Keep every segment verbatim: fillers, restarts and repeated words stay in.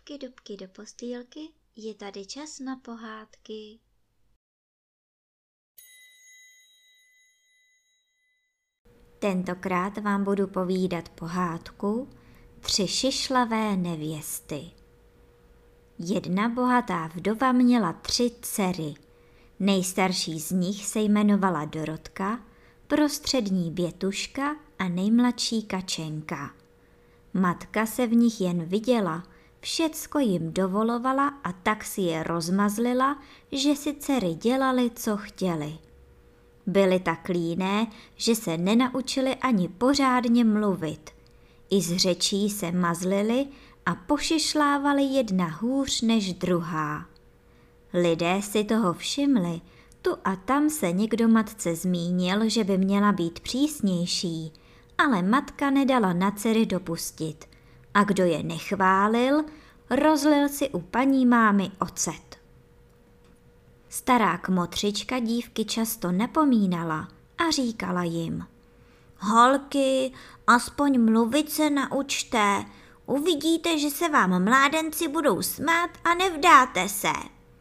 dubky, dubky do postýlky, je tady čas na pohádky. Tentokrát vám budu povídat pohádku Tři šišlavé nevěsty. Jedna bohatá vdova měla tři dcery. Nejstarší z nich se jmenovala Dorotka, prostřední Bětuška a nejmladší Kačenka. Matka se v nich jen viděla, všecko jim dovolovala a tak si je rozmazlila, že si dcery dělali, co chtěli. Byly tak líné, že se nenaučili ani pořádně mluvit. I z řečí se mazlili a pošišlávali jedna hůř než druhá. Lidé si toho všimli, tu a tam se někdo matce zmínil, že by měla být přísnější, ale matka nedala na dcery dopustit. A kdo je nechválil, rozlil si u paní mámy ocet. Stará kmotřička dívky často napomínala a říkala jim: Holky, aspoň mluvit se naučte, uvidíte, že se vám mládenci budou smát a nevdáte se.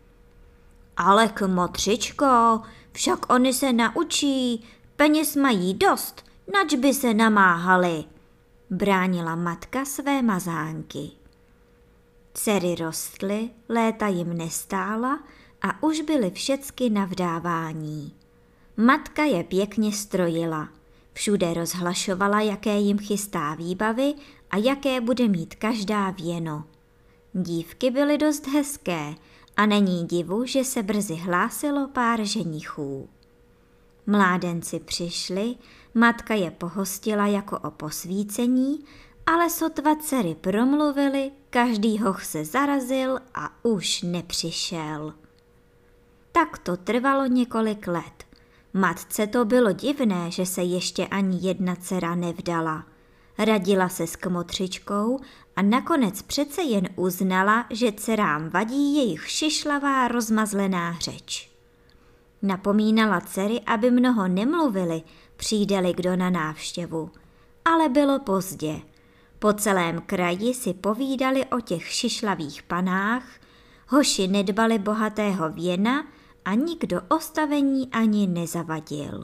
Ale kmotřičko, však oni se naučí, peněz mají dost, nač by se namáhali, bránila matka své mazánky. Dcery rostly, léta jim nestála a už byly všecky na vdávání. Matka je pěkně strojila, všude rozhlašovala, jaké jim chystá výbavy a jaké bude mít každá věno. Dívky byly dost hezké a není divu, že se brzy hlásilo pár ženichů. Mládenci přišli, matka je pohostila jako o posvícení, ale sotva dcery promluvili, každý hoch se zarazil a už nepřišel. Tak to trvalo několik let. Matce to bylo divné, že se ještě ani jedna dcera nevdala. Radila se s kmotřičkou a nakonec přece jen uznala, že dcerám vadí jejich šišlavá rozmazlená řeč. Napomínala dcery, aby mnoho nemluvili, přijde-li kdo na návštěvu. Ale bylo pozdě. Po celém kraji si povídali o těch šišlavých panách, hoši nedbali bohatého věna a nikdo ostavení ani nezavadil.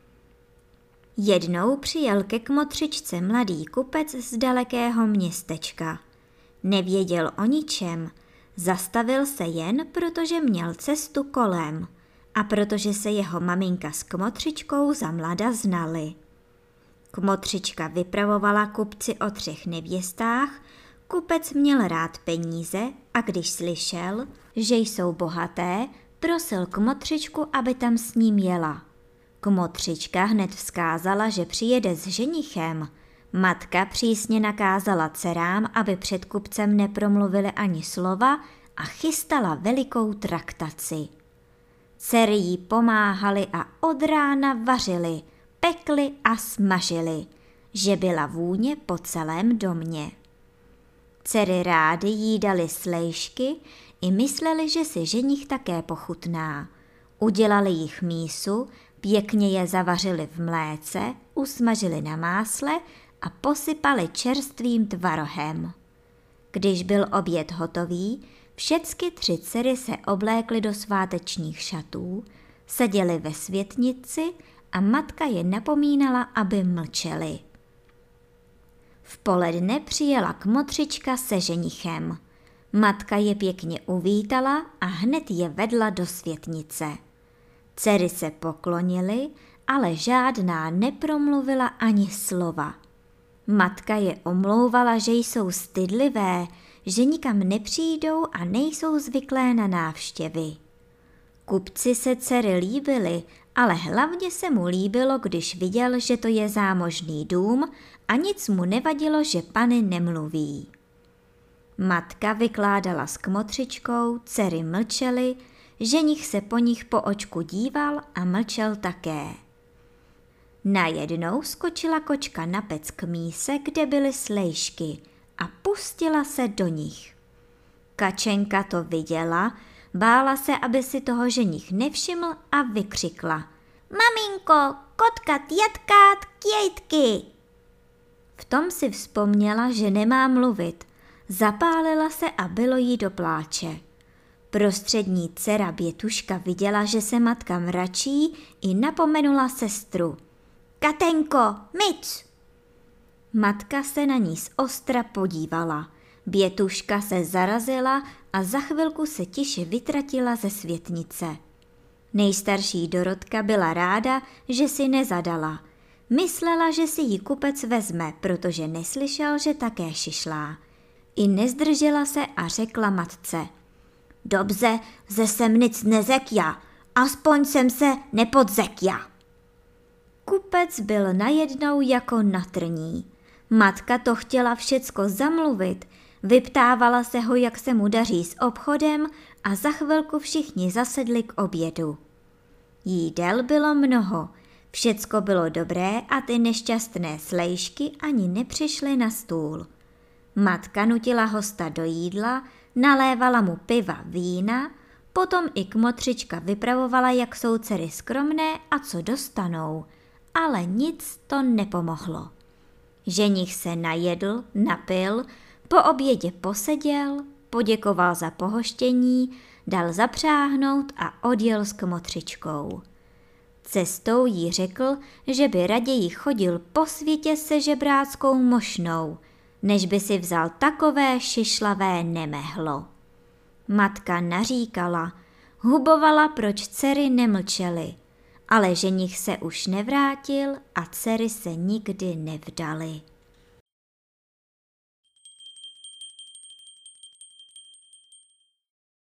Jednou přijel ke kmotřičce mladý kupec z dalekého městečka. Nevěděl o ničem, zastavil se jen, protože měl cestu kolem a protože se jeho maminka s kmotřičkou za mlada znali. Kmotřička vypravovala kupci o třech nevěstách, kupec měl rád peníze a když slyšel, že jsou bohaté, prosil kmotřičku, aby tam s ním jela. Kmotřička hned vzkázala, že přijede s ženichem. Matka přísně nakázala dcerám, aby před kupcem nepromluvili ani slova a chystala velikou traktaci. Dcery jí pomáhali a od rána vařili, pekli a smažili, že byla vůně po celém domě. Dcery rády jí dali slejšky i mysleli, že si ženich také pochutná. Udělali jich mísu, pěkně je zavařili v mléce, usmažili na másle a posypali čerstvým tvarohem. Když byl oběd hotový, všecky tři dcery se oblékly do svátečních šatů, seděly ve světnici a matka je napomínala, aby mlčeli. V poledne přijela kmotřička se ženichem. Matka je pěkně uvítala a hned je vedla do světnice. Dcery se poklonily, ale žádná nepromluvila ani slova. Matka je omlouvala, že jsou stydlivé, že nikam nepřijdou a nejsou zvyklé na návštěvy. Kupci se dcery líbily, ale hlavně se mu líbilo, když viděl, že to je zámožný dům a nic mu nevadilo, že pany nemluví. Matka vykládala s kmotřičkou, dcery mlčely, ženich se po nich po očku díval a mlčel také. Najednou skočila kočka na pec k míse, kde byly slejšky, a pustila se do nich. Kačenka to viděla, bála se, aby si toho ženich nevšiml a vykřikla: Maminko, kotka tjatkát kjejtky! V tom si vzpomněla, že nemá mluvit, Zapálila se a bylo jí do pláče. Prostřední dcera Bětuška viděla, že se matka mračí, i napomenula sestru. Kateňko, mic! Matka se na ní zostra podívala. Bětuška se zarazila a za chvilku se tiše vytratila ze světnice. Nejstarší Dorotka byla ráda, že si nezadala. Myslela, že si ji kupec vezme, protože neslyšel, že také šišlá. I nezdržela se a řekla matce. Dobře, ze sem nic nezekja, aspoň jsem se nepodzekja. Kupec byl najednou jako na trní. Matka to chtěla všecko zamluvit, vyptávala se ho, jak se mu daří s obchodem a za chvilku všichni zasedli k obědu. Jídel bylo mnoho, všecko bylo dobré a ty nešťastné slejšky ani nepřišly na stůl. Matka nutila hosta do jídla, nalévala mu piva, vína, potom i kmotřička vypravovala, jak jsou dcery skromné a co dostanou, ale nic to nepomohlo. Ženich se najedl, napil, po obědě poseděl, poděkoval za pohoštění, dal zapřáhnout a odjel s kmotřičkou. Cestou jí řekl, že by raději chodil po světě se žebráckou mošnou, než by si vzal takové šišlavé nemehlo. Matka naříkala, hubovala, proč dcery nemlčely, ale ženich se už nevrátil a dcery se nikdy nevdaly.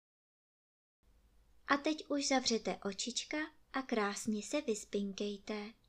A teď už zavřete očička a krásně se vyspinkejte.